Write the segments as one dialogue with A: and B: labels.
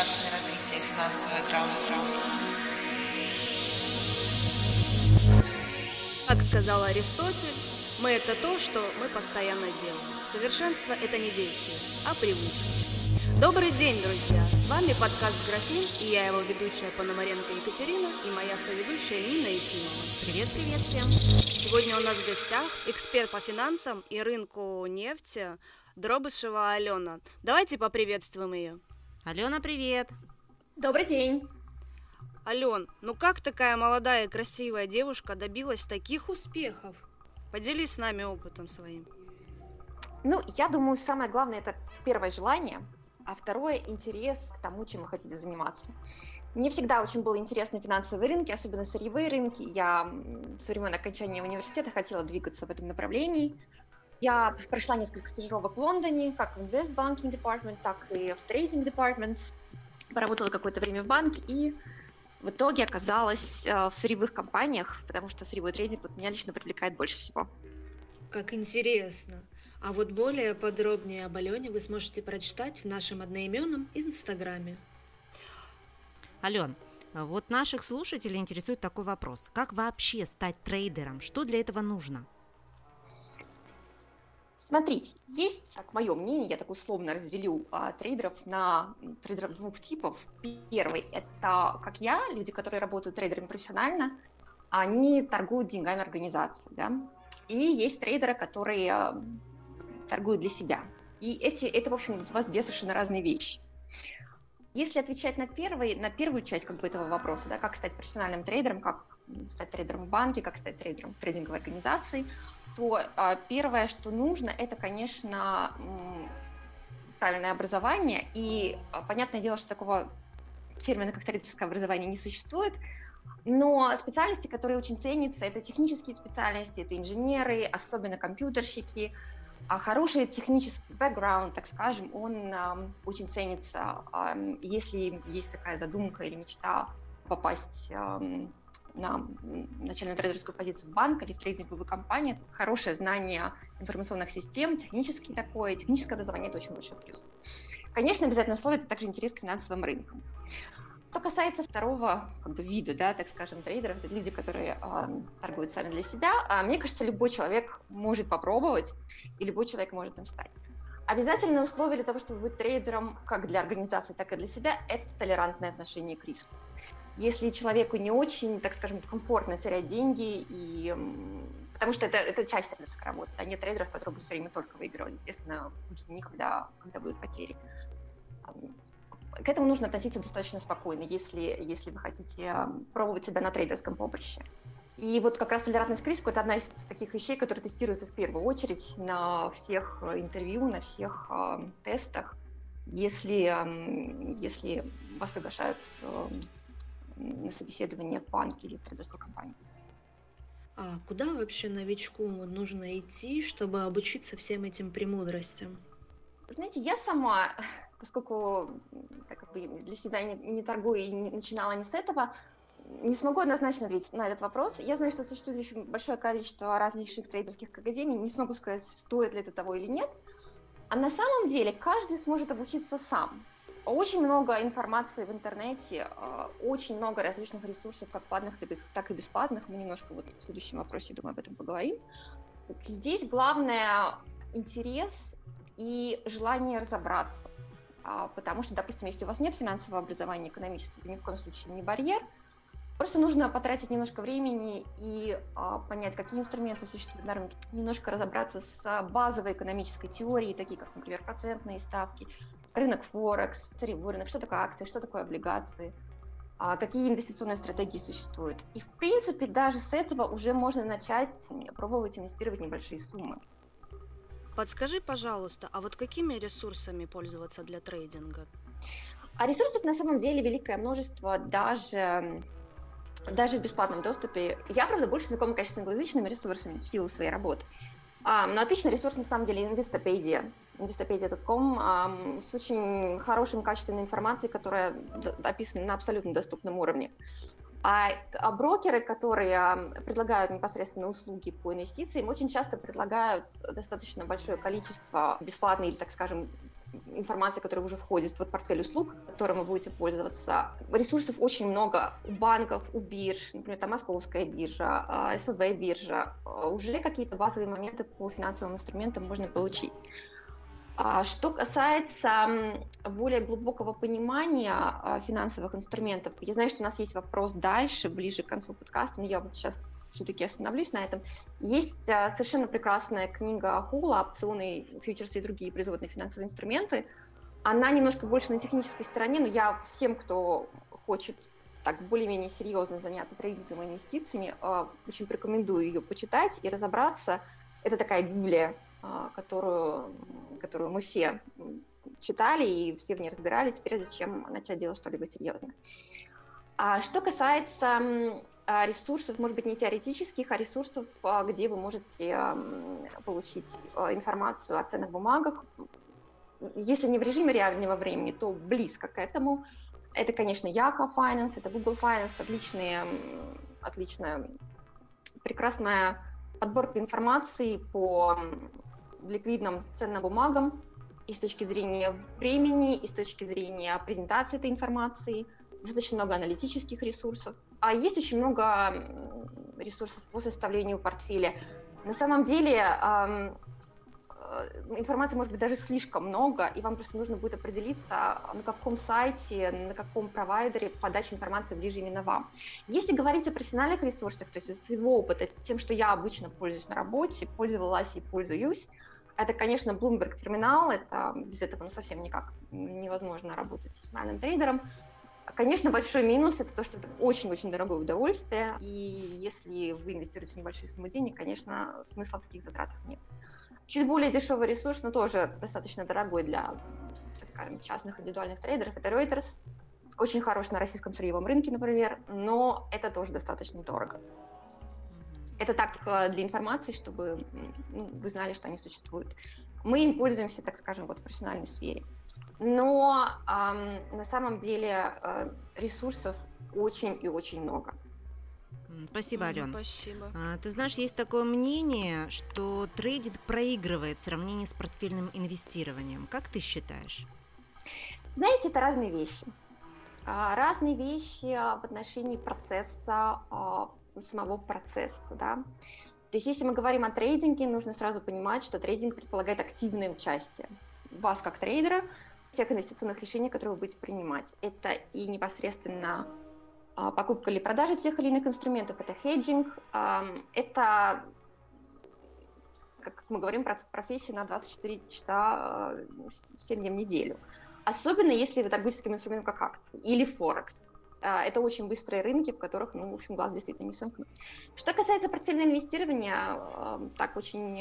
A: организации развития финансовой грамотности.
B: Как сказал Аристотель, мы – это то, что мы постоянно делаем. Совершенство – это не действие, а привычка. Добрый день, друзья! С вами подкаст «Графин», и я его ведущая Пономаренко Екатерина и моя соведущая Нина Ефимова.
C: Привет всем!
B: Сегодня у нас в гостях эксперт по финансам и рынку нефти Дробышева Алена. Давайте поприветствуем ее.
C: Алена, привет!
D: Добрый день!
B: Ален, ну как такая молодая и красивая девушка добилась таких успехов? Поделись с нами опытом своим.
D: Ну, я думаю, самое главное – это первое желание, а второе – интерес к тому, чем вы хотите заниматься. Мне всегда очень было интересны финансовые рынки, особенно сырьевые рынки. Я со времен окончания университета хотела двигаться в этом направлении. Я прошла несколько стажировок в Лондоне, как в Invest Banking Department, так и в Trading Department. Поработала какое-то время в банке и в итоге оказалась в сырьевых компаниях, потому что сырьевой трейдинг меня лично привлекает больше всего.
E: Как интересно. А вот более подробнее об Алене вы сможете прочитать в нашем одноименном инстаграме.
C: Ален, вот наших слушателей интересует такой вопрос. Как вообще стать трейдером? Что для этого нужно?
D: Смотрите, есть, так, мое мнение, я так условно разделю трейдеров на трейдеров двух типов. Первый – это, как я, люди, которые работают трейдерами профессионально, они торгуют деньгами организации, да? И есть трейдеры, которые торгуют для себя. И это, в общем, у вас две совершенно разные вещи. Если отвечать на первую часть этого вопроса, да, как стать профессиональным трейдером, как стать трейдером в банке, как стать трейдером в трейдинговой организации, то первое, что нужно, это, конечно, правильное образование. И понятное дело, что такого термина, как трейдерское образование, не существует. Но специальности, которые очень ценятся, это технические специальности, это инженеры, особенно компьютерщики. А хороший технический бэкграунд, так скажем, он очень ценится, если есть такая задумка или мечта попасть на начальную трейдерскую позицию в банк или в трейдинговую компанию. Хорошее знание информационных систем, техническое образование – это очень большой плюс. Конечно, обязательное условие – это также интерес к финансовым рынкам. Что касается второго вида, да, так скажем, трейдеров, это люди, которые торгуют сами для себя. Мне кажется, любой человек может попробовать, и любой человек может им стать. Обязательное условие для того, чтобы быть трейдером как для организации, так и для себя – это толерантное отношение к риску. Если человеку не очень, так скажем, комфортно терять деньги, потому что это часть трейдерской работы, а нет трейдеров, которые будут все время только выигрывать. Естественно, будут дни, когда будут потери. К этому нужно относиться достаточно спокойно, если вы хотите пробовать себя на трейдерском поприще. И вот как раз толерантность к риску – это одна из таких вещей, которые тестируются в первую очередь на всех интервью, на всех тестах, если вас приглашают на собеседование в банк или в трейдерскую компанию.
E: А куда вообще новичку нужно идти, чтобы обучиться всем этим премудростям?
D: Знаете, я сама, поскольку для себя не торгую и начинала не с этого, не смогу однозначно ответить на этот вопрос. Я знаю, что существует очень большое количество различных трейдерских академий. Не смогу сказать, стоит ли это того или нет. А на самом деле каждый сможет обучиться сам. Очень много информации в интернете, очень много различных ресурсов, как платных, так и бесплатных. Мы немножко в следующем вопросе, думаю, об этом поговорим. Здесь главное интерес и желание разобраться. Потому что, допустим, если у вас нет финансового образования экономического, это ни в коем случае не барьер. Просто нужно потратить немножко времени и понять, какие инструменты существуют на рынке, немножко разобраться с базовой экономической теорией, такие как, например, процентные ставки, рынок Форекс, сырьевой рынок, что такое акции, что такое облигации, какие инвестиционные стратегии существуют. И, в принципе, даже с этого уже можно начать пробовать инвестировать небольшие суммы.
B: Подскажи, пожалуйста, а вот какими ресурсами пользоваться для трейдинга?
D: А ресурсов на самом деле великое множество, даже в бесплатном доступе. Я, правда, больше знакома, конечно, с англоязычными ресурсами в силу своей работы. Но отличный ресурс, на самом деле, investopedia.com с очень хорошим качественной информацией, которая описана на абсолютно доступном уровне. А брокеры, которые предлагают непосредственно услуги по инвестициям, очень часто предлагают достаточно большое количество бесплатной или, так скажем, информация, которая уже входит в вот портфель услуг, которым вы будете пользоваться. Ресурсов очень много у банков, у бирж, например, там Московская биржа, СПБ биржа. Уже какие-то базовые моменты по финансовым инструментам можно получить. Что касается более глубокого понимания финансовых инструментов, я знаю, что у нас есть вопрос дальше, ближе к концу подкаста, но я вот сейчас все-таки остановлюсь на этом. Есть совершенно прекрасная книга Холла «Опционы, фьючерсы и другие производные финансовые инструменты». Она немножко больше на технической стороне, но я всем, кто хочет так более-менее серьезно заняться трейдингом и инвестициями, очень рекомендую ее почитать и разобраться. Это такая библия, которую мы все читали и все в ней разбирались, прежде чем начать делать что-либо серьезное. Что касается ресурсов, может быть, не теоретических, а ресурсов, где вы можете получить информацию о ценных бумагах, если не в режиме реального времени, то близко к этому. Это, конечно, Yahoo Finance, это Google Finance, отличная, прекрасная подборка информации по ликвидным ценным бумагам и с точки зрения времени, и с точки зрения презентации этой информации. Достаточно много аналитических ресурсов. А есть очень много ресурсов по составлению портфеля. На самом деле информации может быть даже слишком много, и вам просто нужно будет определиться, на каком сайте, на каком провайдере подача информации ближе именно вам. Если говорить о профессиональных ресурсах, то есть из своего опыта, тем, что я обычно пользуюсь на работе, пользовалась и пользуюсь, это, конечно, Bloomberg терминал, без этого совсем никак невозможно работать с профессиональным трейдером. Конечно, большой минус – это то, что это очень-очень дорогое удовольствие, и если вы инвестируете небольшую сумму денег, конечно, смысла в таких затратах нет. Чуть более дешевый ресурс, но тоже достаточно дорогой для, так скажем, частных индивидуальных трейдеров – это Reuters. Очень хорош на российском сырьевом рынке, например, но это тоже достаточно дорого. Это так для информации, чтобы вы знали, что они существуют. Мы им пользуемся, так скажем, в профессиональной сфере. Но на самом деле ресурсов очень и очень много.
C: Спасибо, Алена.
B: Спасибо.
C: Ты знаешь, есть такое мнение, что трейдинг проигрывает в сравнении с портфельным инвестированием. Как ты считаешь?
D: Знаете, это разные вещи. Разные вещи в отношении процесса, самого процесса, да. То есть если мы говорим о трейдинге, нужно сразу понимать, что трейдинг предполагает активное участие вас как трейдера в тех инвестиционных решениях, которые вы будете принимать. Это и непосредственно покупка или продажа тех или иных инструментов, это хеджинг, это, как мы говорим, профессия на 24 часа 7 дней в неделю. Особенно если вы торгуете таким инструментом, как акции или Форекс. Это очень быстрые рынки, в которых, в общем, глаз действительно не сомкнуть. Что касается портфельного инвестирования, так очень,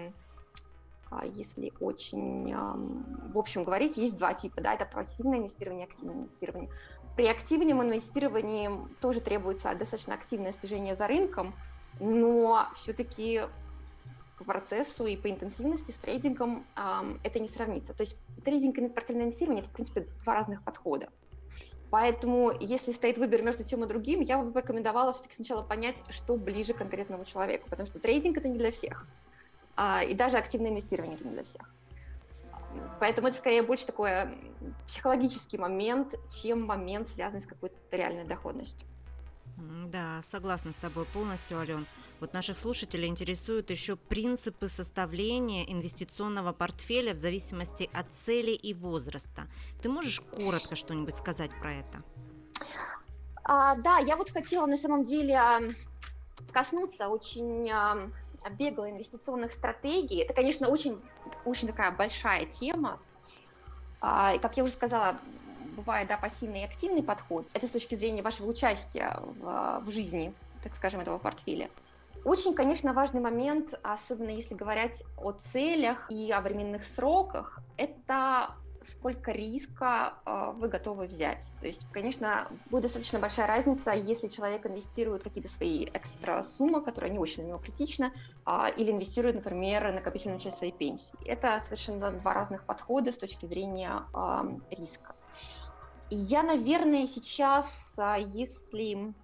D: если очень, в общем говорить, есть два типа, да, это пассивное инвестирование и активное инвестирование. При активном инвестировании тоже требуется достаточно активное слежение за рынком, но все-таки по процессу и по интенсивности с трейдингом это не сравнится. То есть трейдинг и портфельное инвестирование – это, в принципе, два разных подхода. Поэтому, если стоит выбор между тем и другим, я бы порекомендовала все-таки сначала понять, что ближе к конкретному человеку, потому что трейдинг – это не для всех, и даже активное инвестирование – это не для всех. Поэтому это скорее больше такой психологический момент, чем момент, связанный с какой-то реальной доходностью.
C: Да, согласна с тобой полностью, Ален. Вот наших слушателей интересуют еще принципы составления инвестиционного портфеля в зависимости от цели и возраста. Ты можешь коротко что-нибудь сказать про это?
D: Да, я вот хотела на самом деле коснуться очень бегло инвестиционных стратегий. Это, конечно, очень такая большая тема. И, как я уже сказала, бывает, да, пассивный и активный подход. Это с точки зрения вашего участия в жизни, так скажем, этого портфеля. Очень, конечно, важный момент, особенно если говорить о целях и о временных сроках, это сколько риска вы готовы взять. То есть, конечно, будет достаточно большая разница, если человек инвестирует какие-то свои экстра суммы, которые не очень для него критичны, или инвестирует, например, накопительную часть своей пенсии. Это совершенно два разных подхода с точки зрения риска. И я, наверное, сейчас, если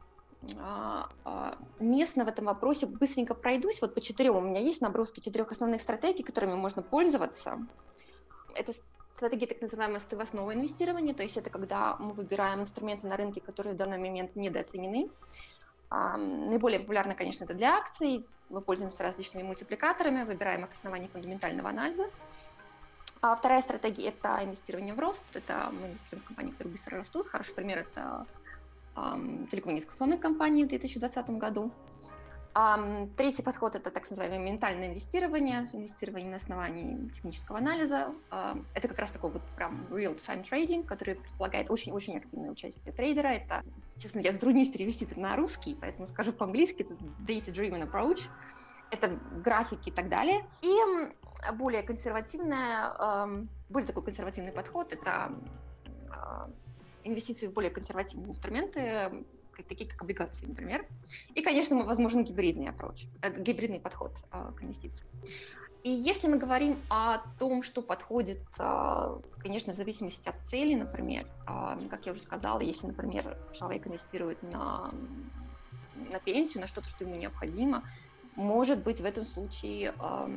D: местно в этом вопросе, быстренько пройдусь. Вот по 4 у меня есть наброски 4 основных стратегий, которыми можно пользоваться. Это стратегия так называемого стоимостного инвестирования, то есть это когда мы выбираем инструменты на рынке, которые в данный момент недооценены. Наиболее популярно, конечно, это для акций. Мы пользуемся различными мультипликаторами, выбираем их основания фундаментального анализа. А вторая стратегия – это инвестирование в рост. Это мы инвестируем в компании, которые быстро растут. Хороший пример – это телекоммуникационные компании в 2020 году. Третий подход – это так называемое ментальное инвестирование на основании технического анализа. Это как раз такой вот прям real-time trading, который предполагает очень-очень активное участие трейдера. Это, честно, я затруднюсь перевести это на русский, поэтому скажу по-английски, это data-driven approach. Это графики и так далее. И более такой консервативный подход – это инвестиции в более консервативные инструменты, такие как облигации, например. И, конечно, возможен гибридный подход к инвестициям. И если мы говорим о том, что подходит, конечно, в зависимости от цели, например, как я уже сказала, если, например, человек инвестирует на пенсию, на что-то, что ему необходимо, может быть, в этом случае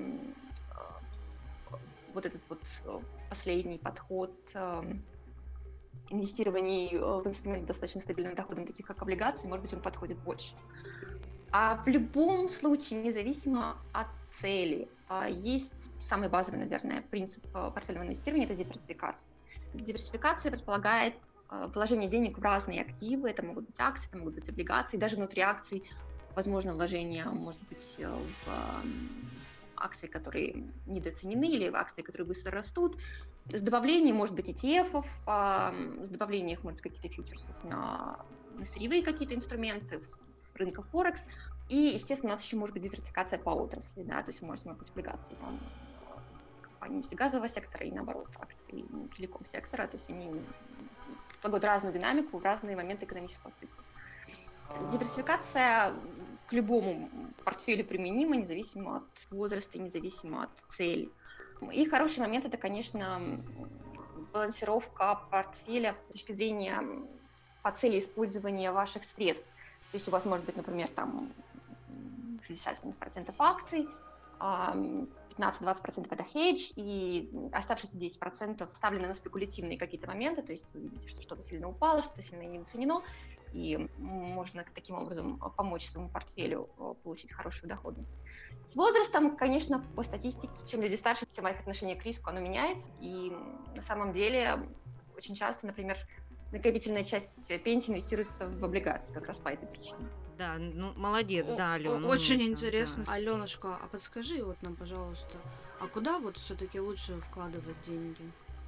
D: вот этот вот последний подход инвестирований в инструменты достаточно стабильным доходом, таких как облигации, может быть, он подходит больше. А в любом случае, независимо от цели, есть самый базовый, наверное, принцип портфельного инвестирования – это диверсификация. Диверсификация предполагает вложение денег в разные активы, это могут быть акции, это могут быть облигации, даже внутри акций возможно вложение, может быть, в акции, которые недооценены, или в акции, которые быстро растут. С добавлением, может быть, ETF-ов, с добавлением, может быть, каких-то фьючерсов на сырьевые какие-то инструменты, в рынка Форекс. И, естественно, у нас еще может быть диверсификация по отрасли, да, то есть может быть облигации там, компании нефтегазового сектора и, наоборот, акции телеком-сектора, то есть они предлагают разную динамику в разные моменты экономического цикла. Диверсификация к любому портфелю применима, независимо от возраста, независимо от цели. И хороший момент – это, конечно, балансировка портфеля с точки зрения по цели использования ваших средств. То есть у вас может быть, например, там 60-70% акций, 15-20% это хедж, и оставшиеся 10% вставлены на спекулятивные какие-то моменты, то есть вы видите, что что-то сильно упало, что-то сильно недооценено, и можно таким образом помочь своему портфелю получить хорошую доходность. С возрастом, конечно, по статистике, чем люди старше, тем их отношение к риску, оно меняется, и на самом деле очень часто, например, накопительная часть пенсии инвестируется в облигации, как раз по этой причине.
C: Да, ну молодец, да, Алена.
E: Очень
C: умница,
E: интересно.
C: да.
B: Аленушка, а подскажи вот нам, пожалуйста, а куда вот все-таки лучше вкладывать деньги?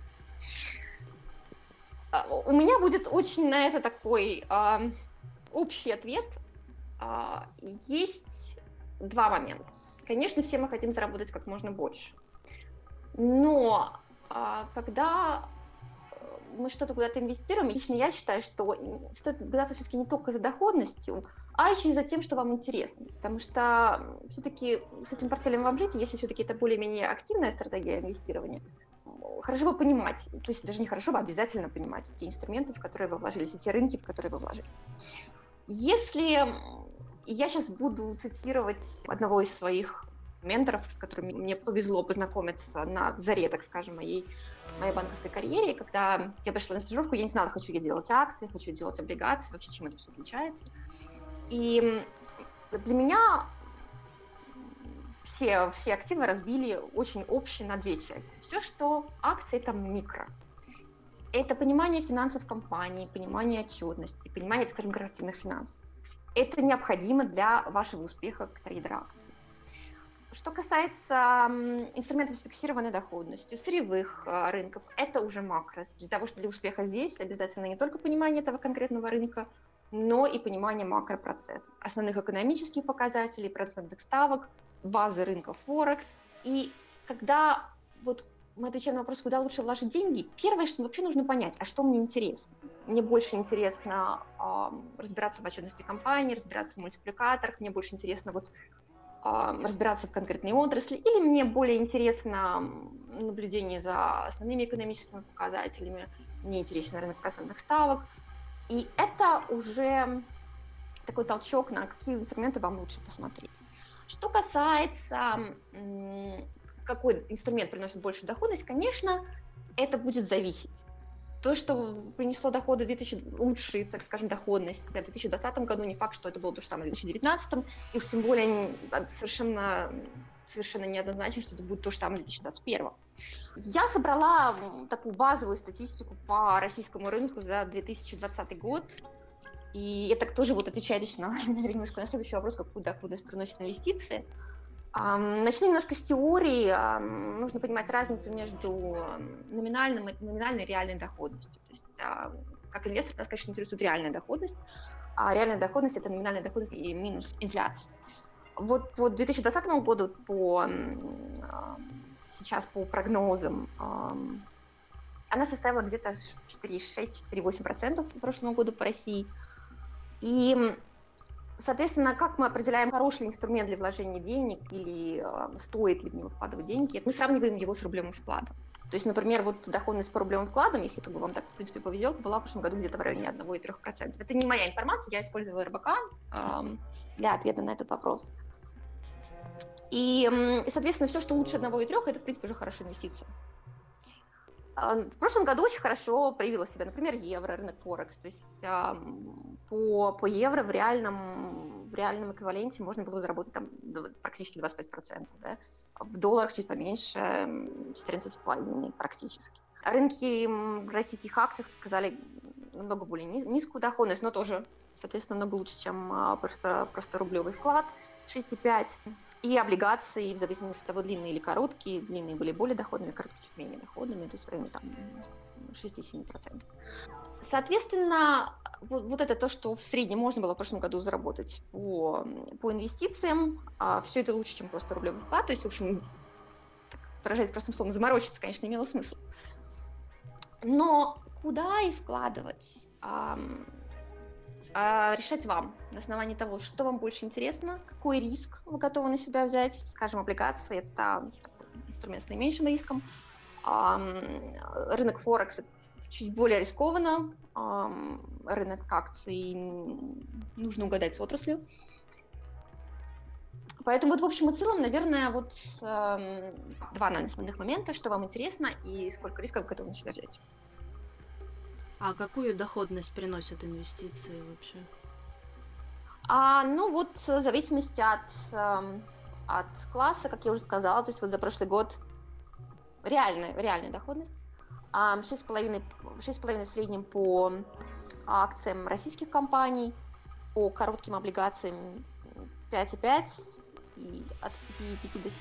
D: У меня будет очень на это такой общий ответ. Есть два момента. Конечно, все мы хотим заработать как можно больше. Но когда мы что-то куда-то инвестируем, лично я считаю, что стоит гнаться все-таки не только за доходностью, а еще и за тем, что вам интересно. Потому что все-таки с этим портфелем вам жить, если все-таки это более-менее активная стратегия инвестирования, хорошо бы понимать, то есть даже не хорошо бы, а обязательно понимать те инструменты, в которые вы вложились, и те рынки, в которые вы вложились. Если я сейчас буду цитировать одного из своих менторов, с которыми мне повезло познакомиться на заре, так скажем, моей банковской карьере, когда я пришла на стажировку, я не знала, хочу я делать акции, хочу я делать облигации, вообще чем это все отличается. И для меня все активы разбили очень общие на две части. Все, что акции, это микро. Это понимание финансов компании, понимание отчетности, понимание, скажем, корпоративных финансов. Это необходимо для вашего успеха как трейдера акций. Что касается инструментов с фиксированной доходностью, сырьевых рынков, это уже макро. Для того, чтобы для успеха здесь обязательно не только понимание этого конкретного рынка, но и понимание макропроцесса, основных экономических показателей, процентных ставок, базы рынка Форекс. И когда вот мы отвечаем на вопрос, куда лучше вложить деньги, первое, что вообще нужно понять, а что мне интересно. Мне больше интересно разбираться в отчетности компании, разбираться в мультипликаторах, мне больше интересно разбираться в конкретной отрасли, или мне более интересно наблюдение за основными экономическими показателями, мне интересен рынок процентных ставок. И это уже такой толчок, на какие инструменты вам лучше посмотреть. Что касается, какой инструмент приносит большую доходность, конечно, это будет зависеть. То, что принесло доходы лучшие, так скажем, доходность в 2020 году, не факт, что это было то же самое в 2019, и уж тем более совершенно неоднозначно, что это будет то же самое в 2021. Я собрала такую базовую статистику по российскому рынку за 2020 год, и это тоже вот отвечает еще немножко на следующий вопрос, какую доходность приносят инвестиции. Начну немножко с теории. Нужно понимать разницу между номинальной и реальной доходностью. То есть, как инвестор, нас, конечно, интересует реальная доходность, а реальная доходность – это номинальная доходность и минус инфляция. Вот по 2020 году, сейчас по прогнозам, она составила где-то 4,6-4,8% в прошлом году по России. И, соответственно, как мы определяем, хороший ли инструмент для вложения денег или стоит ли в него вкладывать деньги, мы сравниваем его с рублевым вкладом. То есть, например, вот доходность по рублевым вкладам, если как бы вам так, в принципе, повезет, была в прошлом году где-то в районе 1,3%. Это не моя информация, я использую РБК для ответа на этот вопрос. И, соответственно, все, что лучше 1,3, это, в принципе, уже хорошая инвестиция. В прошлом году очень хорошо проявила себя, например, евро, рынок Форекс. То есть по евро в реальном эквиваленте можно было заработать там практически 25%. Да? В долларах чуть поменьше, 14,5% практически. Рынки российских акций показали намного более низкую доходность, но тоже, соответственно, много лучше, чем просто рублевый вклад, 6,5%. И облигации, в зависимости от того, длинные или короткие, длинные были более доходными, короткие чуть менее доходными, то есть в районе 6-7%. Соответственно, вот это то, что в среднем можно было в прошлом году заработать по инвестициям. Все это лучше, чем просто рублевый вклад. То есть, в общем, выражаясь простым словом, заморочиться, конечно, имело смысл. Но куда и вкладывать? Решать вам на основании того, что вам больше интересно, какой риск вы готовы на себя взять. Скажем, облигации – это инструмент с наименьшим риском. Рынок Форекс – чуть более рискованно. Рынок акций нужно угадать с отраслью. Поэтому вот в общем и целом, наверное, вот два основных момента, что вам интересно и сколько риска вы готовы на себя взять.
B: А какую доходность приносят инвестиции вообще?
D: Ну вот в зависимости от класса, как я уже сказала, то есть вот за прошлый год реальная доходность 6,5% в среднем по акциям российских компаний, по коротким облигациям 5,5% и от 5,5 до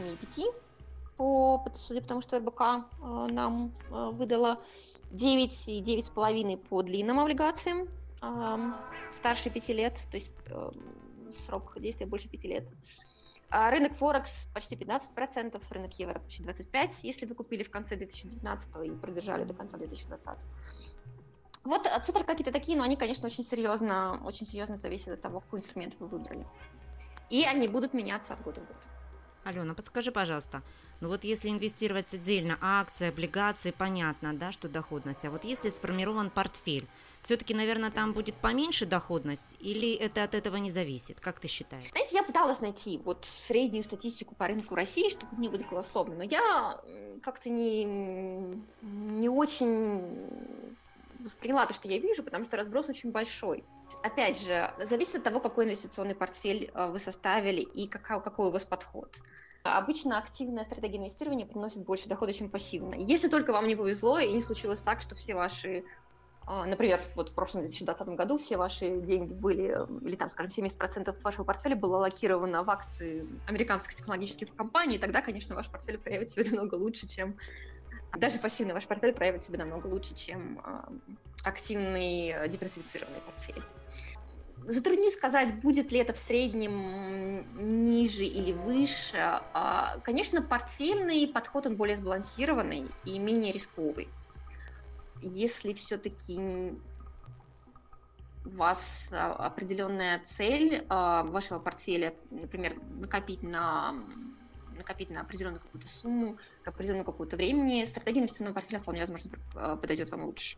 D: 7,5%, судя по тому, что РБК нам выдала. 9 и 9,5 по длинным облигациям, старше 5 лет, то есть срок действия больше 5 лет. Рынок Форекс почти 15%, рынок евро почти 25%, если вы купили в конце 2019 и продержали до конца 2020. Вот цифры какие-то такие, но они, конечно, очень серьезно зависят от того, какой инструмент вы выбрали. И они будут меняться от года в год.
C: Алена, подскажи, пожалуйста, ну вот если инвестировать отдельно, акции, облигации, понятно, да, что доходность, а вот если сформирован портфель, все-таки, наверное, там будет поменьше доходность или это от этого не зависит? Как ты считаешь?
D: Знаете, я пыталась найти вот среднюю статистику по рынку России, чтобы не быть голословной, но я как-то не очень восприняла то, что я вижу, потому что разброс очень большой. Опять же, зависит от того, какой инвестиционный портфель вы составили и какой у вас подход. Обычно активная стратегия инвестирования приносит больше дохода, чем пассивная. Если только вам не повезло и не случилось так, что все ваши, например, вот в прошлом 2020 году все ваши деньги были, или там, скажем, 70% вашего портфеля было аллокировано в акции американских технологических компаний, тогда, конечно, ваш портфель проявит себя намного лучше, чем даже пассивный ваш портфель проявит себя намного лучше, чем активный диверсифицированный портфель. Затруднюсь сказать, будет ли это в среднем ниже или выше. Конечно, портфельный подход, он более сбалансированный и менее рисковый. Если все-таки у вас определенная цель вашего портфеля, например, накопить на определенную какую-то сумму, к определенному какому-то времени, стратегия инвестиционного портфеля вполне возможно подойдет вам лучше.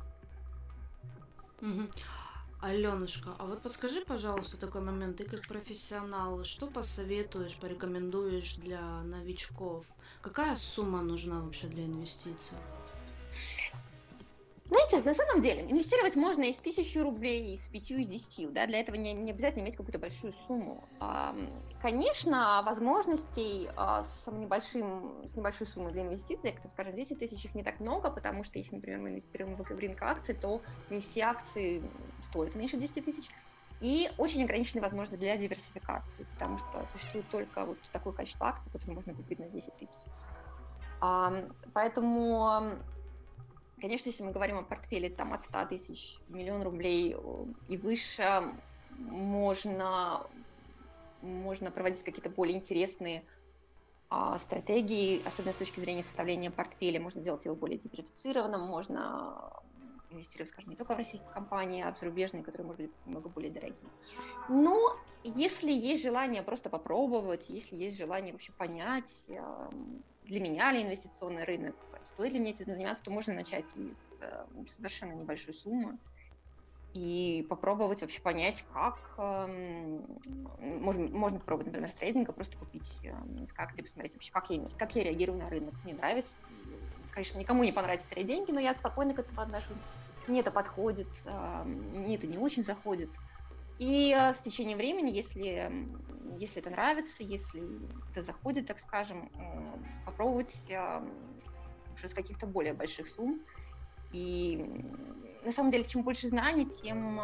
B: Аленушка, а вот подскажи, пожалуйста, такой момент, ты как профессионал, что посоветуешь, порекомендуешь для новичков? Какая сумма нужна вообще для инвестиций?
D: Знаете, на самом деле, инвестировать можно и с 1000 рублей, и с 5, и с 10. Да? Для этого не обязательно иметь какую-то большую сумму. Конечно, возможностей с небольшой суммой для инвестиций, как, скажем, 10 тысяч, их не так много, потому что если, например, мы инвестируем в рынок акций, то не все акции стоят меньше 10 тысяч. И очень ограниченные возможности для диверсификации, потому что существует только вот такое количество акций, которые можно купить на 10 тысяч. Поэтому, конечно, если мы говорим о портфеле там, от 100 тысяч, 1 000 000 рублей и выше, можно проводить какие-то более интересные стратегии, особенно с точки зрения составления портфеля. Можно сделать его более диверсифицированным, можно инвестировать, скажем, не только в российские компании, а в зарубежные, которые, может быть, много более дорогие. Но если есть желание просто попробовать, если есть желание вообще понять, для меня ли инвестиционный рынок, стоит ли мне этим заниматься, то можно начать из совершенно небольшой суммы и попробовать вообще понять, как... Можно попробовать, например, с трейдинга, просто купить несколько акций, посмотреть вообще, как я реагирую на рынок. Мне нравится. Конечно, никому не понравится терять деньги, но я спокойно к этому отношусь. Мне это подходит, мне это не очень заходит. И с течением времени, если это нравится, если это заходит, так скажем, попробовать уже с каких-то более больших сумм. И на самом деле, чем больше знаний, тем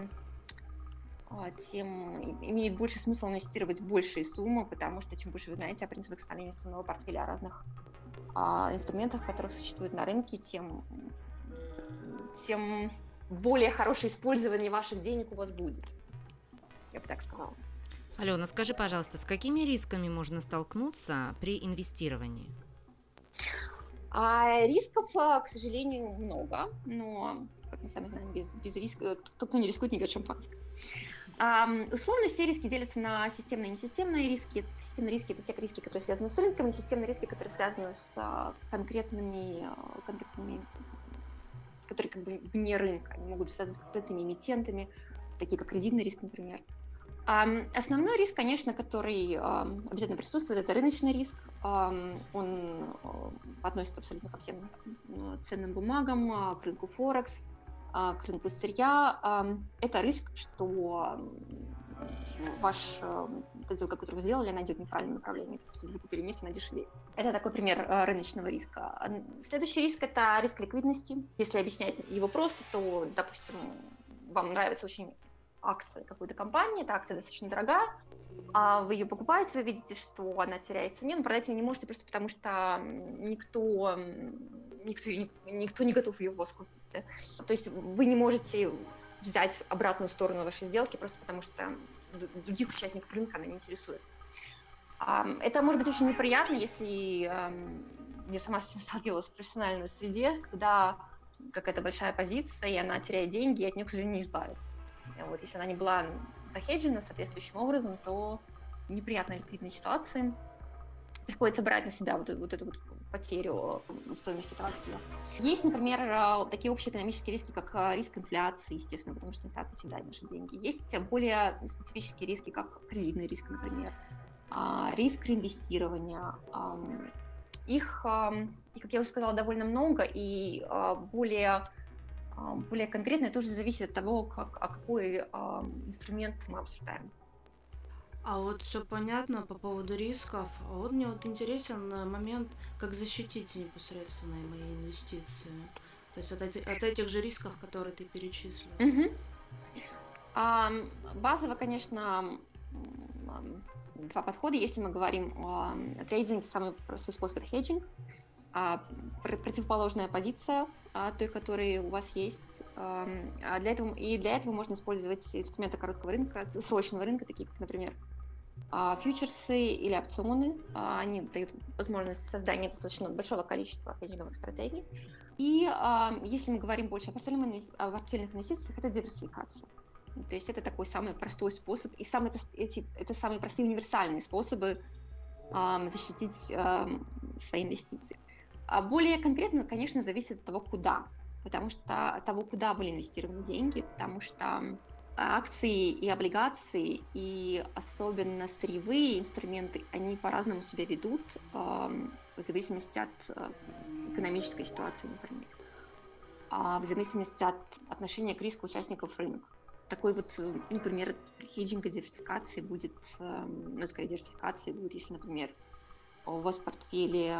D: имеет больше смысл инвестировать в большие суммы, потому что чем больше вы знаете о принципах составления инвестиционного портфеля, о разных инструментах, которые существуют на рынке, тем более хорошее использование ваших денег у вас будет. Я бы так сказала.
C: Алена, скажи, пожалуйста, с какими рисками можно столкнуться при инвестировании?
D: Рисков, к сожалению, много, но, как мы сами знаем, без риска, кто не рискует, не пьет шампанское. Условно, все риски делятся на системные и несистемные риски. Системные риски – это те риски, которые связаны с рынком, несистемные риски, которые связаны с конкретными, которые как бы вне рынка. Они могут связаться с конкретными эмитентами, такие как кредитный риск, например. Основной риск, конечно, который обязательно присутствует, это рыночный риск. Он относится абсолютно ко всем ценным бумагам, к рынку Форекс, к рынку сырья. Это риск, что ваша сделка, которую вы сделали, она идет в неправильном направлении. То есть вы купили нефть, она дешевеет. Это такой пример рыночного риска. Следующий риск – это риск ликвидности. Если объяснять его просто, то, допустим, вам нравится очень акция какой-то компании, эта акция достаточно дорогая, а вы ее покупаете, вы видите, что она теряет в цене, но продать ее не можете просто потому, что никто не готов ее у вас купить. Да? То есть вы не можете взять обратную сторону вашей сделки просто потому, что других участников рынка она не интересует. Это может быть очень неприятно, если я сама с этим сталкивалась в профессиональной среде, когда какая-то большая позиция, и она теряет деньги, и от нее, к сожалению, не избавиться. Вот, если она не была захеджена соответствующим образом, то неприятная ликвидная ситуация. Приходится брать на себя вот эту вот потерю стоимости этого актива. Есть, например, такие общие экономические риски, как риск инфляции, естественно, потому что инфляция съедает наши деньги. Есть более специфические риски, как кредитный риск, например, риск реинвестирования. Их, как я уже сказала, довольно много, и более конкретно тоже зависит от того, какой инструмент мы обсуждаем.
B: А вот все понятно по поводу рисков. А вот мне вот интересен момент, как защитить непосредственно мои инвестиции. То есть от этих же рисков, которые ты перечислил.
D: Базово, конечно, два подхода. Если мы говорим о трейдинге, самый простой способ – это хеджинг. Противоположная позиция той, которая у вас есть. Для этого можно использовать инструменты короткого рынка, срочного рынка, такие как, например, фьючерсы или опционы. Они дают возможность создания достаточно большого количества хеджинговых стратегий. И если мы говорим больше о портфельных инвестициях, это диверсификация. То есть это такой самый простой способ, и это самые простые универсальные способы защитить свои инвестиции. А более конкретно, конечно, зависит от того, куда. От того, куда были инвестированы деньги, потому что акции и облигации, и особенно сырьевые инструменты, они по-разному себя ведут в зависимости от экономической ситуации, например. в зависимости от отношения к риску участников рынка. Такой вот, например, хеджинг диверсификации будет, скорее диверсификации будет, если, например, у вас в портфеле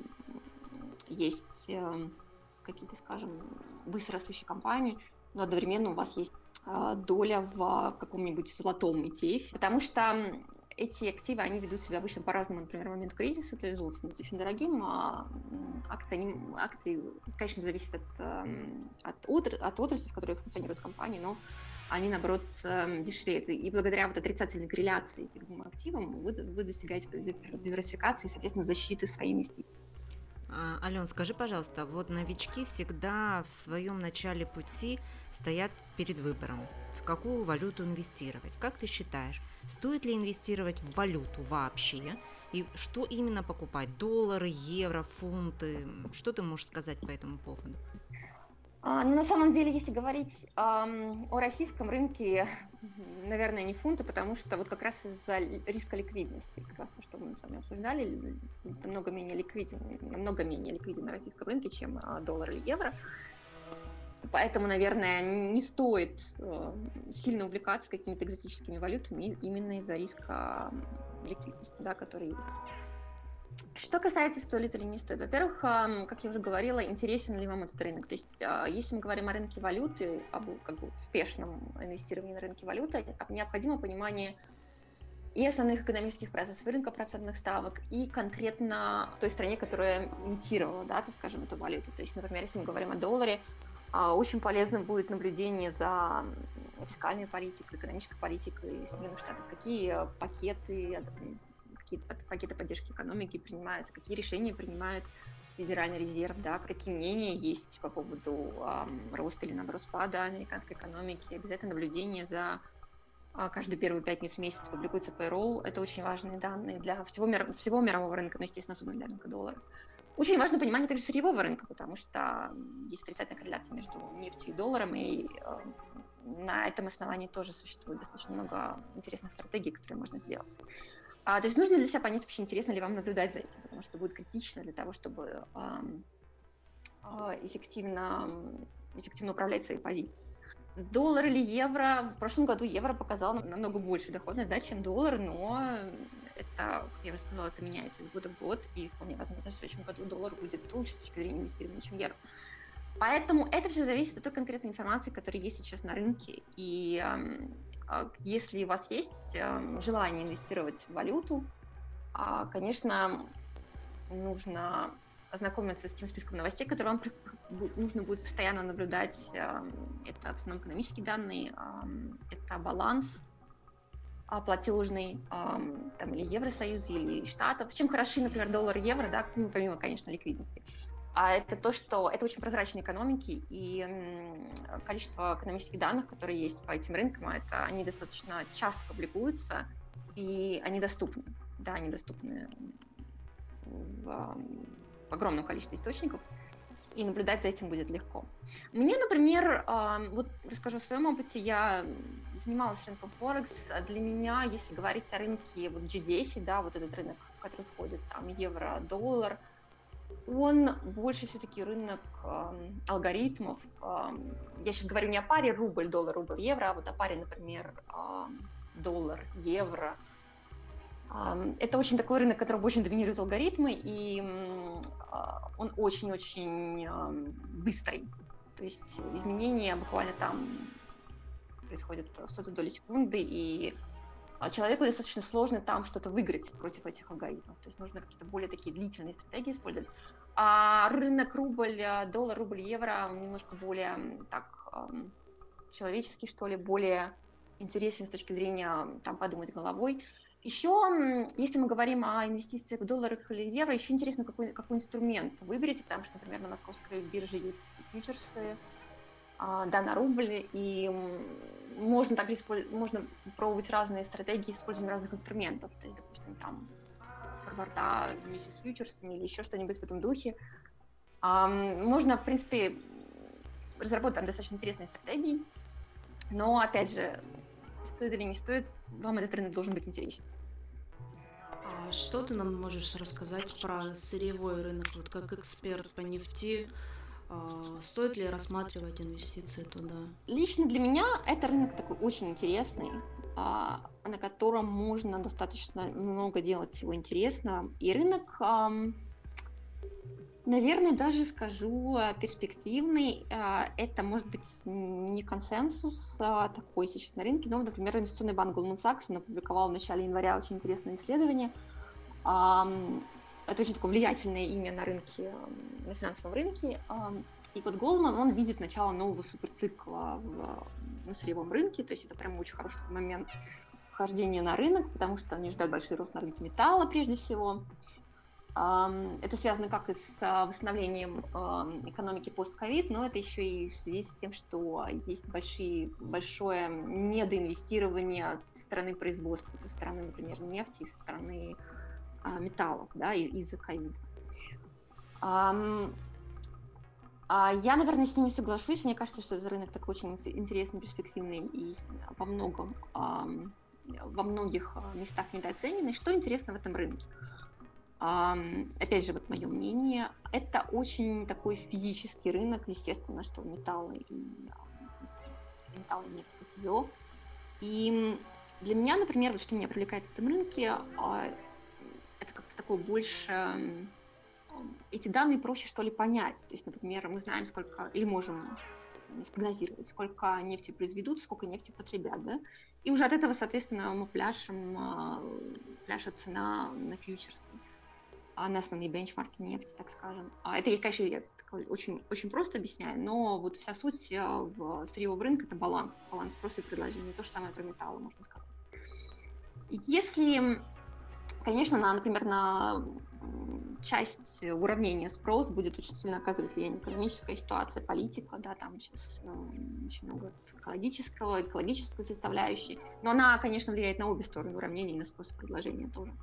D: есть какие-то, скажем, быстрорастущие компании, но одновременно у вас есть доля в каком-нибудь золотом ETF, потому что эти активы, они ведут себя обычно по-разному. Например, в момент кризиса, то есть золото становится очень дорогим, а акции, конечно, зависят от отрасли, в которой функционирует компания, но они, наоборот, дешевеют. И благодаря вот отрицательной корреляции этих двум активам вы достигаете диверсификации и, соответственно, защиты своих инвестиций.
C: Ален, скажи, пожалуйста, вот новички всегда в своем начале пути стоят перед выбором, в какую валюту инвестировать. Как ты считаешь, стоит ли инвестировать в валюту вообще? И что именно покупать? Доллары, евро, фунты? Что ты можешь сказать по этому поводу?
D: На самом деле, если говорить о российском рынке, наверное, не фунты, потому что вот как раз из-за риска ликвидности, как раз то, что мы с вами обсуждали, это намного менее ликвиден на российском рынке, чем доллар или евро. Поэтому, наверное, не стоит сильно увлекаться какими-то экзотическими валютами именно из-за риска ликвидности, да, который есть. Что касается, стоит или не стоит. Во-первых, как я уже говорила, интересен ли вам этот рынок. То есть, если мы говорим о рынке валюты, об успешном инвестировании на рынке валюты, необходимо понимание и основных экономических процессов, и рынка процентных ставок, и конкретно в той стране, которая имитировала, да, так скажем, эту валюту. То есть, например, если мы говорим о долларе, очень полезным будет наблюдение за фискальной политикой, экономической политикой Соединенных Штатов, какие пакеты поддержки экономики принимаются, какие решения принимает Федеральный резерв, да, какие мнения есть по поводу роста или, наоборот, спада американской экономики. Обязательно наблюдение за каждую первую пятницу месяца публикуется payroll. Это очень важные данные для всего мирового рынка, но, естественно, особенно для рынка доллара. Очень важно понимание также сырьевого рынка, потому что есть отрицательная корреляция между нефтью и долларом, и на этом основании тоже существует достаточно много интересных стратегий, которые можно сделать. То есть нужно для себя понять, вообще интересно ли вам наблюдать за этим, потому что это будет критично для того, чтобы эффективно управлять своей позицией. Доллар или евро? В прошлом году евро показал намного большую доходность, да, чем доллар, но это, как я уже сказала, это меняется из года в год, и вполне возможно, что в следующем году доллар будет лучше с точки зрения инвестирования, чем евро. Поэтому это все зависит от той конкретной информации, которая есть сейчас на рынке, и если у вас есть желание инвестировать в валюту, конечно, нужно ознакомиться с тем списком новостей, которые вам нужно будет постоянно наблюдать. Это в основном экономические данные, это баланс платежный, там, или Евросоюза, или Штатов. Чем хороши, например, доллар и евро, да, помимо, конечно, ликвидности. А это то, что это очень прозрачные экономики, и количество экономических данных, которые есть по этим рынкам, они достаточно часто публикуются, и они доступны. Да, они доступны в огромном количестве источников, и наблюдать за этим будет легко. Мне, например, вот расскажу о своем опыте, я занималась рынком Форекс. Для меня, если говорить о рынке вот G10, да, вот этот рынок, в который входит там евро, доллар, он больше все-таки рынок алгоритмов. Я сейчас говорю не о паре рубль-доллар, рубль-евро, а вот о паре, например, доллар-евро. Это очень такой рынок, который очень доминирует алгоритмы, и он очень-очень быстрый. То есть изменения буквально там происходят в сотую долю секунды, и человеку достаточно сложно там что-то выиграть против этих алгоритмов. То есть нужно какие-то более такие длительные стратегии использовать. А рынок рубль-доллар, рубль-евро немножко более так человеческий, что ли, более интересен с точки зрения там подумать головой. Еще, если мы говорим о инвестициях в долларах или евро, еще интересно, какой инструмент выберете, потому что, например, на московской бирже есть фьючерсы, да, на рубль, и можно также можно пробовать разные стратегии с использованием разных инструментов, то есть, допустим, там, форварда вместе с фьючерсами или еще что-нибудь в этом духе. Можно, в принципе, разработать там достаточно интересные стратегии, но, опять же, стоит или не стоит, вам этот рынок должен быть интересен.
E: А что ты нам можешь рассказать про сырьевой рынок? Вот как эксперт по нефти,
B: Стоит ли рассматривать инвестиции туда?
D: Лично для меня это рынок такой очень интересный, на котором можно достаточно много делать всего интересного. И рынок, наверное, даже скажу, перспективный. Это может быть не консенсус такой сейчас на рынке, но, например, инвестиционный банк Goldman Sachs, он опубликовал в начале января очень интересное исследование. Это очень такое влиятельное имя на рынке, на финансовом рынке. И вот Goldman, он видит начало нового суперцикла на сырьевом рынке, то есть это прям очень хороший момент вхождения на рынок, потому что они ждут большой рост на рынке металла прежде всего. Это связано как и с восстановлением экономики пост-ковид, но это еще и в связи с тем, что есть большое недоинвестирование со стороны производства, со стороны, например, нефти, со стороны металлов, да, из-за ковида. Я, наверное, с ними соглашусь. Мне кажется, что этот рынок такой очень интересный, перспективный и во многих местах недооцененный. Что интересно в этом рынке? Опять же, вот мое мнение, это очень такой физический рынок, естественно, что металлы и нефть, сырье. И для меня, например, вот что меня привлекает в этом рынке, это как-то такое больше... Эти данные проще, что ли, понять. То есть, например, мы знаем, сколько, или можем спрогнозировать, сколько нефти произведут, сколько нефти потребят, да? И уже от этого, соответственно, мы пляшет цена на фьючерсы, на основные бенчмарки нефти, так скажем. Это, конечно, я очень, очень просто объясняю, но вот вся суть в сырьевого рынка – это баланс спроса и предложения. То же самое про металлы, можно сказать. Если, конечно, например, на часть уравнения спрос будет очень сильно оказывать влияние экономическая ситуация, политика, да, там сейчас очень много экологической составляющей, но она, конечно, влияет на обе стороны уравнения и на спрос и предложение тоже.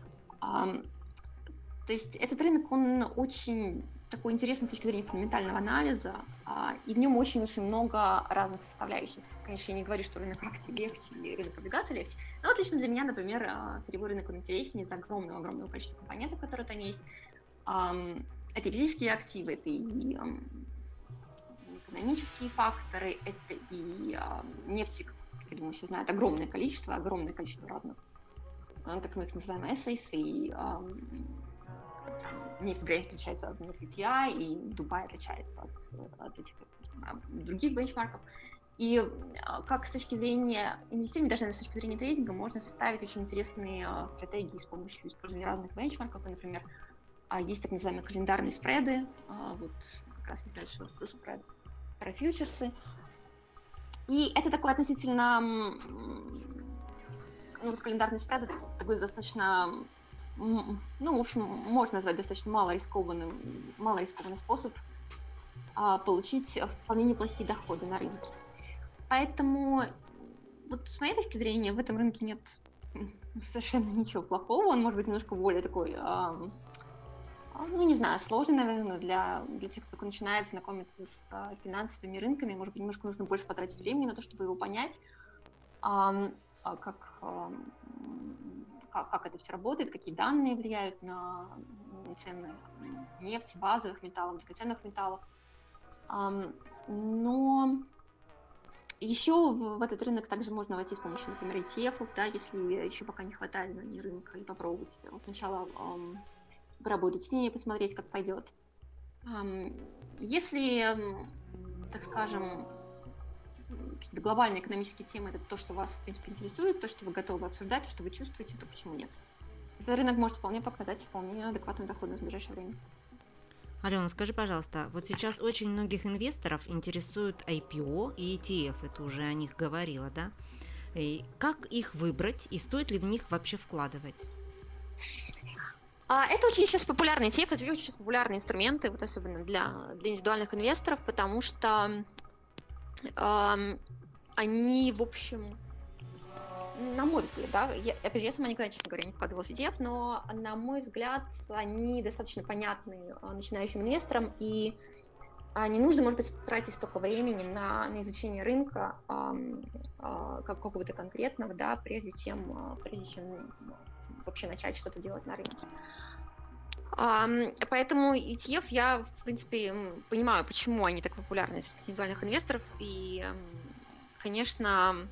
D: То есть этот рынок, он очень такой интересный с точки зрения фундаментального анализа, и в нем очень-очень много разных составляющих. Конечно, я не говорю, что рынок акций легче или рынок облигаций легче, но вот лично для меня, например, сырьевой рынок он интереснее из-за огромного количества компонентов, которые там есть. Это и физические активы, это и экономические факторы, это и нефти, как я думаю, все знают, огромное количество разных, как мы их называем, essays, и нефть Brent отличается от нефти TI, и Дубай отличается от этих других бенчмарков. И как с точки зрения инвестирования, даже с точки зрения трейдинга, можно составить очень интересные стратегии с помощью использования разных бенчмарков. Например, есть так называемые календарные спреды, вот как раз есть дальше спред про фьючерсы. И это такой относительно, календарный спред, такой достаточно, в общем, можно назвать достаточно малорискованный способ получить вполне неплохие доходы на рынке. Поэтому, вот с моей точки зрения, в этом рынке нет совершенно ничего плохого. Он может быть немножко более такой, сложный, наверное, для тех, кто начинает знакомиться с финансовыми рынками. Может быть, немножко нужно больше потратить времени на то, чтобы его понять, как это все работает, какие данные влияют на цены нефти, базовых металлов, драгоценных металлов. Но еще в этот рынок также можно войти с помощью, например, ETF, да, если еще пока не хватает знаний рынка, и попробовать сначала поработать с ними, посмотреть, как пойдет. Если, так скажем, какие-то глобальные экономические темы, это то, что вас, в принципе, интересует, то, что вы готовы обсуждать, то, что вы чувствуете, то почему нет? Этот рынок может вполне показать вполне адекватную доходность в ближайшее время.
C: Алена, скажи, пожалуйста, вот сейчас очень многих инвесторов интересуют IPO и ETF, это уже о них говорила, да? И как их выбрать и стоит ли в них вообще вкладывать?
D: Это очень сейчас популярный ETF, это очень сейчас популярные инструменты, вот особенно для индивидуальных инвесторов, потому что они, в общем, на мой взгляд, да, я сама никогда, честно говоря, не вкладывалась в ETF, но, на мой взгляд, они достаточно понятны начинающим инвесторам, и не нужно, может быть, тратить столько времени на изучение рынка какого-то конкретного, да, прежде чем вообще начать что-то делать на рынке. Поэтому ETF я, в принципе, понимаю, почему они так популярны среди индивидуальных инвесторов. И, конечно,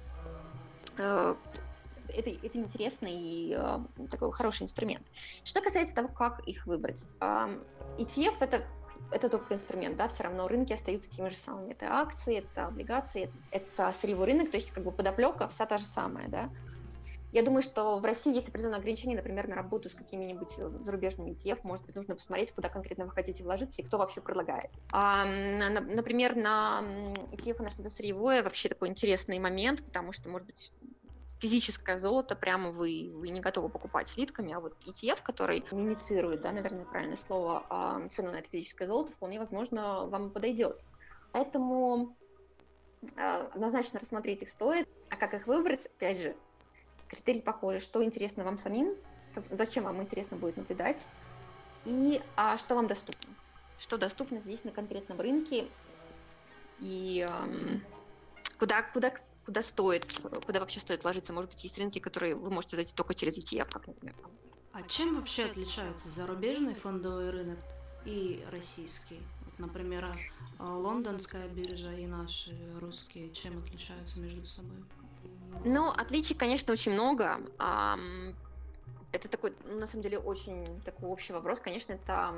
D: это интересный и такой хороший инструмент. Что касается того, как их выбрать. ETF это только инструмент, да, все равно рынки остаются теми же самыми. Это акции, это облигации, это сырьевой рынок, то есть как бы подоплека вся та же самая, да. Я думаю, что в России есть определенные ограничения, например, на работу с какими-нибудь зарубежными ETF. Может быть, нужно посмотреть, куда конкретно вы хотите вложиться и кто вообще предлагает. Например, на ETF на что-то сырьевое вообще такой интересный момент, потому что, может быть, физическое золото прямо вы не готовы покупать слитками, а вот ETF, который мимицирует, да, наверное, правильное слово, цену на это физическое золото, вполне возможно, вам подойдет. Поэтому однозначно рассмотреть их стоит. А как их выбрать? Опять же, критерии похожи. Что интересно вам самим, зачем вам интересно будет наблюдать, и что вам доступно. Что доступно здесь на конкретном рынке, и куда вообще стоит вложиться. Может быть, есть рынки, которые вы можете зайти только через ETF, как, например, там.
B: А чем вообще отличаются зарубежный фондовый рынок и российский? Вот, например, лондонская биржа и наши русские, чем отличаются между собой?
D: Ну, отличий, конечно, очень много. Это такой, на самом деле, очень такой общий вопрос. Конечно,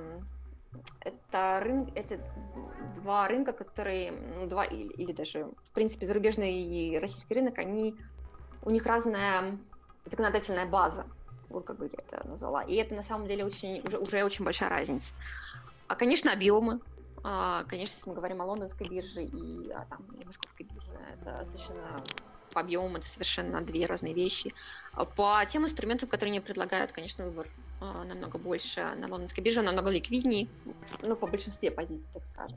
D: это два рынка, которые, два или даже, в принципе, зарубежный и российский рынок, у них разная законодательная база, вот как бы я это назвала. И это, на самом деле, уже очень большая разница. Конечно, объемы. Конечно, если мы говорим о лондонской бирже и московской бирже, это совершенно по объемам это совершенно две разные вещи. По тем инструментам, которые они предлагают, конечно, выбор намного больше. На лондонской бирже намного ликвиднее, ну, по большинстве позиций, так скажем.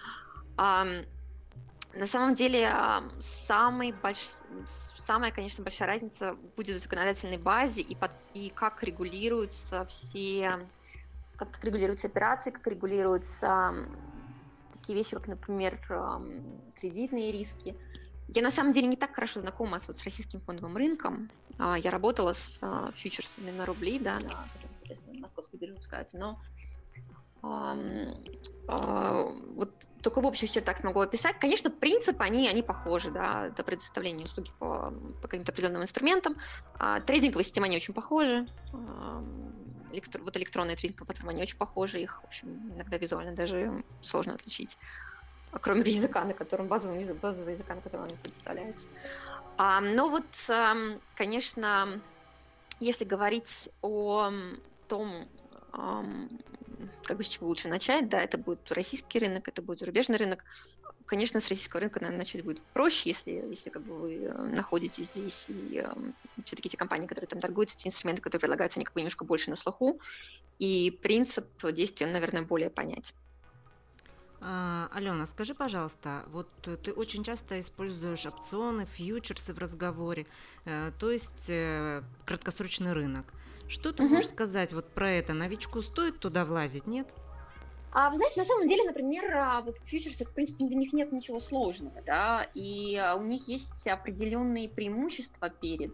D: На самом деле, самая, конечно, большая разница будет в законодательной базе и как регулируются как регулируются операции, как регулируются такие вещи, как, например, кредитные риски. Я, на самом деле, не так хорошо знакома с российским фондовым рынком. Я работала с фьючерсами на рубли, да, которые, соответственно, на московской бирже выпускаются, но вот только в общих чертах смогу описать. Конечно, принципы, они похожи, да, это предоставление услуги по каким-то определенным инструментам. Трейдинговые системы, они очень похожи. Вот электронные трейдинговые платформы, они очень похожи. Их, в общем, иногда визуально даже сложно отличить. Кроме языка, на котором базового языка, на котором они предоставляются. Но вот, конечно, если говорить о том, как бы с чего лучше начать, да, это будет российский рынок, это будет зарубежный рынок. Конечно, с российского рынка, наверное, начать будет проще, если как бы вы находитесь здесь, и все-таки те компании, которые там торгуются, те инструменты, которые предлагаются, они как бы немножко больше на слуху, и принцип действия, наверное, более понятен.
C: Алена, скажи, пожалуйста, вот ты очень часто используешь опционы, фьючерсы в разговоре, то есть краткосрочный рынок. Что ты можешь сказать вот про это? Новичку стоит туда влазить, нет?
D: Вы знаете, на самом деле, например, вот в фьючерсах, в принципе, в них нет ничего сложного, да, и у них есть определенные преимущества перед,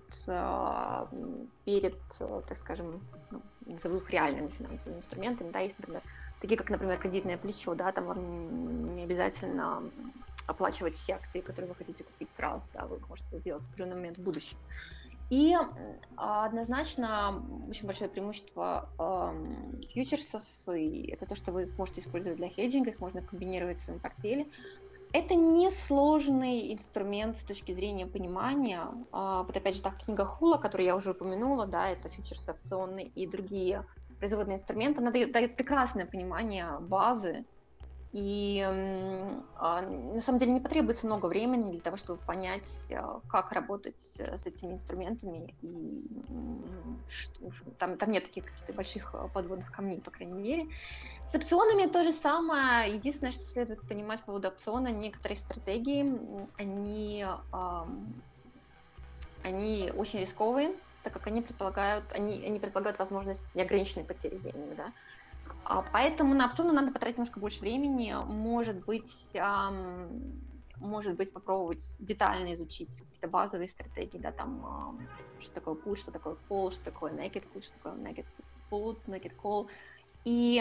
D: так скажем, назову их реальными финансовыми инструментами, да, есть, например, такие как, например, кредитное плечо, да, там вам не обязательно оплачивать все акции, которые вы хотите купить сразу, да, вы можете это сделать в определенный момент в будущем. И однозначно очень большое преимущество фьючерсов, и это то, что вы их можете использовать для хеджинга, их можно комбинировать в своем портфеле. Это несложный инструмент с точки зрения понимания. Вот опять же, та книга Хула, которую я уже упомянула, да, это фьючерсы, опционы и другие производные инструменты, она дает прекрасное понимание базы, и на самом деле не потребуется много времени для того, чтобы понять, как работать с этими инструментами, и там нет таких каких-то больших подводных камней, по крайней мере. С опционами то же самое. Единственное, что следует понимать по поводу опциона, некоторые стратегии, они очень рисковые, так как они предполагают возможность неограниченной потери денег, да. Поэтому на опционы надо потратить немножко больше времени, может быть попробовать детально изучить какие-то базовые стратегии, да, там, что такое put, что такое call, что такое naked put, что такое naked put, naked call, И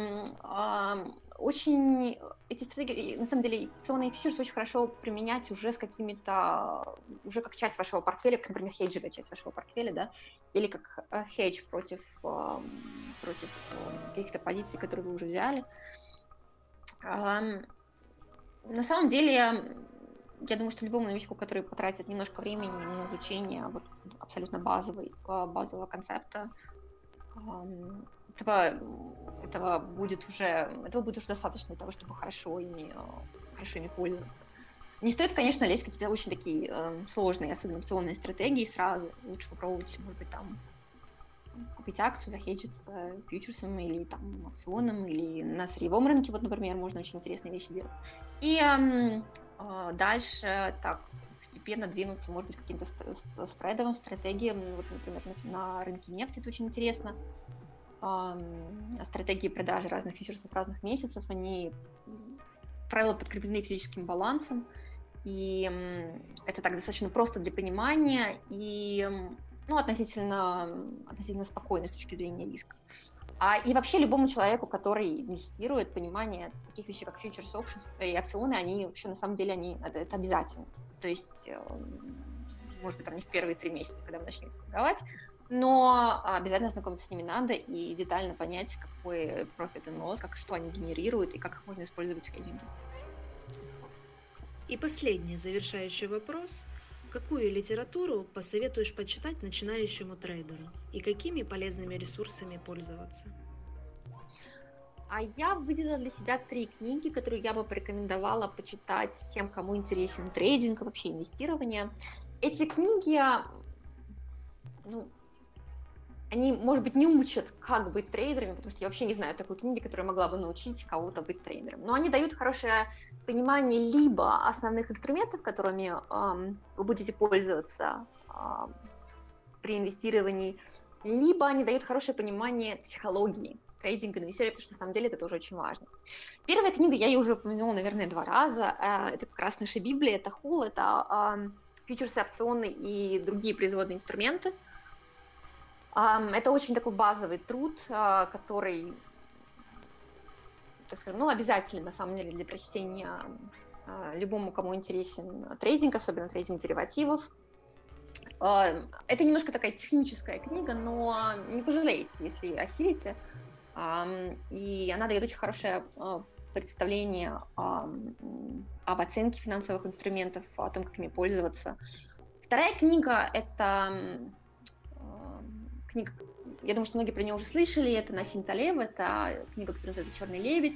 D: очень эти стратегии, на самом деле, опционные фьючерсы очень хорошо применять уже с какими-то, уже как часть вашего портфеля, как, например, хеджевая часть вашего портфеля, да, или как хедж против каких-то позиций, которые вы уже взяли. На самом деле, я думаю, что любому новичку, который потратит немножко времени на изучение вот абсолютно базового концепта, этого будет уже достаточно для того, чтобы хорошо ими пользоваться. Не стоит, конечно, лезть в какие-то очень такие сложные, особенно опционные стратегии сразу. Лучше попробовать, может быть, там купить акцию, захеджиться фьючерсом или там опционом, или на сырьевом рынке, вот, например, можно очень интересные вещи делать. И дальше так постепенно двинуться, может быть, к каким-то спредовым стратегиям. Вот, например, на рынке нефти это очень интересно. Стратегии продажи разных фьючерсов разных месяцев, они, как правило, подкреплены физическим балансом, и это так достаточно просто для понимания и относительно спокойно с точки зрения риска. И вообще любому человеку, который инвестирует, понимание таких вещей, как фьючерс, опшенс и опционы, они вообще на самом деле это обязательно. То есть, может быть, там не в первые 3 месяца, когда вы начнете торговать, но обязательно знакомиться с ними надо и детально понять, какой profit and loss, что они генерируют и как их можно использовать в хеджинге.
E: И последний завершающий вопрос. Какую литературу посоветуешь почитать начинающему трейдеру и какими полезными ресурсами пользоваться?
D: Я выделила для себя 3 книги, которые я бы порекомендовала почитать всем, кому интересен трейдинг и вообще инвестирование. Эти книги, они, может быть, не учат, как быть трейдерами, потому что я вообще не знаю такой книги, которая могла бы научить кого-то быть трейдером. Но они дают хорошее понимание либо основных инструментов, которыми вы будете пользоваться при инвестировании, либо они дают хорошее понимание психологии трейдинга, инвестирования, потому что на самом деле это тоже очень важно. Первая книга, я ее уже упомянула, наверное, 2 раза. Это как раз наша Библия, это Холл, это фьючерсы, опционы и другие производные инструменты. Это очень такой базовый труд, который, так скажем, обязательный на самом деле для прочтения любому, кому интересен трейдинг, особенно трейдинг деривативов. Это немножко такая техническая книга, но не пожалеете, если осилите. И она дает очень хорошее представление об оценке финансовых инструментов, о том, как ими пользоваться. Вторая книга – это книга, я думаю, что многие про нее уже слышали, это Насим Талеб, это книга, которая называется «Черный лебедь».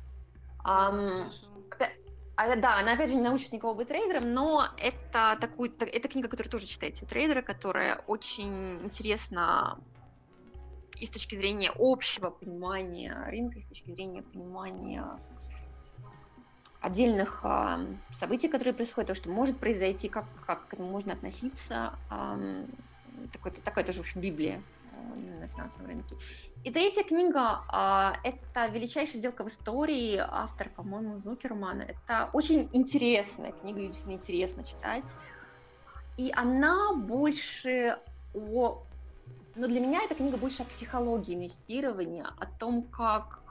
D: Да, она опять же не научит никого быть трейдером, но это книга, которую тоже читают все трейдеры, которая очень интересна и с точки зрения общего понимания рынка, и с точки зрения понимания отдельных событий, которые происходят, то, что может произойти, как к этому можно относиться. Такая тоже, в общем, Библия на финансовом рынке. И третья книга – это «Величайшая сделка в истории», автор, по-моему, Зукерман. Это очень интересная книга, ее действительно интересно читать. И она больше для меня эта книга больше о психологии инвестирования, о том, как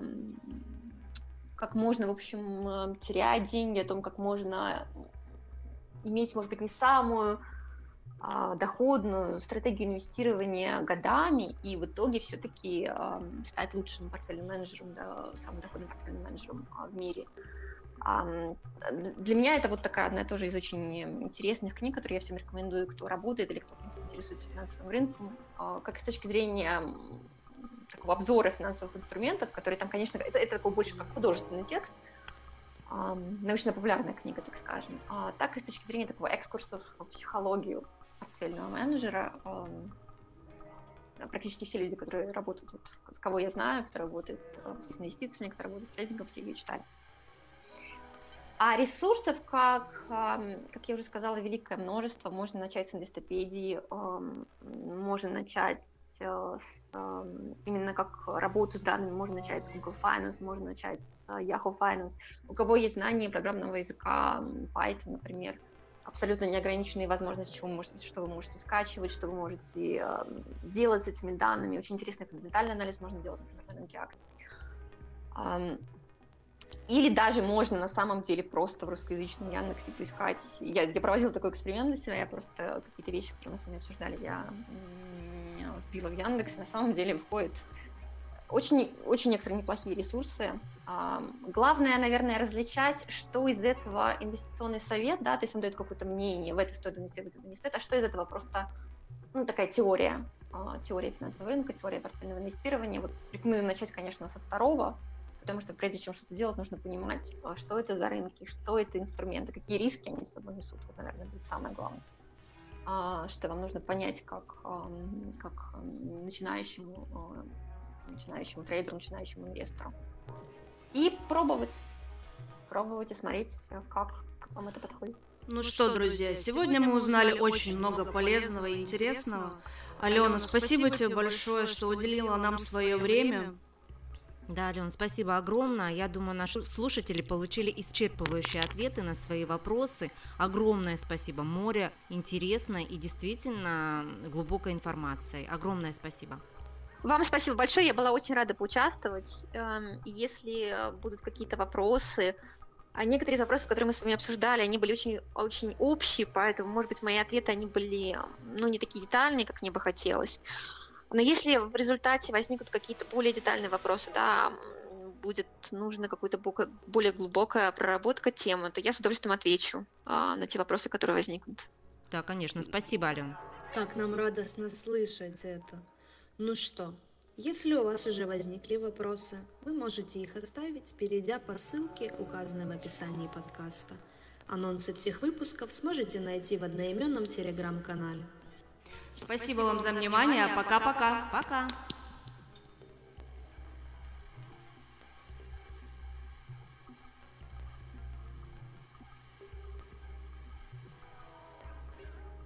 D: можно, в общем, терять деньги, о том, как можно иметь, может быть, не самую доходную стратегию инвестирования годами и в итоге все-таки стать лучшим портфельным менеджером, самым доходным портфельным менеджером в мире. Для меня это вот такая одна тоже из очень интересных книг, которые я всем рекомендую, кто работает или кто, в принципе, интересуется финансовым рынком, как с точки зрения такого обзора финансовых инструментов, которые там, конечно, это такой больше как художественный текст, научно-популярная книга, так скажем, так и с точки зрения такого экскурса в психологию портфельного менеджера. Практически все люди, которые работают, кого я знаю, которые работают с инвестициями, которые работают с трейдингом, все ее читали. А ресурсов, как я уже сказала, великое множество. Можно начать с инвестопедии, можно начать именно как работу с данными, можно начать с Google Finance, можно начать с Yahoo Finance. У кого есть знания программного языка, Python, например, абсолютно неограниченные возможности, что вы можете скачивать, что вы можете делать с этими данными. Очень интересный фундаментальный анализ можно делать, например, на рынке акций. Или даже можно на самом деле просто в русскоязычном Яндексе поискать. Я проводила такой эксперимент для себя, я просто какие-то вещи, которые мы с вами обсуждали, я вбила в Яндекс, на самом деле выходит очень, очень некоторые неплохие ресурсы. Главное, наверное, различать, что из этого инвестиционный совет, да, то есть он дает какое-то мнение, в это стоит инвестировать, в это не стоит, а что из этого просто, такая теория финансового рынка, теория портфельного инвестирования. Вот рекомендую начать, конечно, со второго, потому что прежде чем что-то делать, нужно понимать, что это за рынки, что это инструменты, какие риски они с собой несут. Вот, наверное, будет самое главное. Что вам нужно понять как начинающему трейдеру, начинающему инвестору. И пробовать и смотреть, как вам это подходит.
E: Ну что, друзья, сегодня мы узнали очень много полезного и интересного. Алена, спасибо тебе большое, что уделила нам свое время.
C: Да, Ален, спасибо огромное. Я думаю, наши слушатели получили исчерпывающие ответы на свои вопросы. Огромное спасибо. Море интересной и действительно глубокой информации. Огромное спасибо.
D: Вам спасибо большое, я была очень рада поучаствовать. Если будут какие-то вопросы, некоторые из вопросов, которые мы с вами обсуждали, они были очень, очень общие, поэтому, может быть, мои ответы, они были, не такие детальные, как мне бы хотелось. Но если в результате возникнут какие-то более детальные вопросы, да, будет нужна какая-то более глубокая проработка темы, то я с удовольствием отвечу на те вопросы, которые возникнут.
C: Да, конечно, спасибо, Ален.
E: Как нам радостно слышать это. Ну что, если у вас уже возникли вопросы, вы можете их оставить, перейдя по ссылке, указанной в описании подкаста. Анонсы всех выпусков сможете найти в одноименном телеграм-канале.
B: Спасибо вам за внимание. Пока-пока.
C: Пока.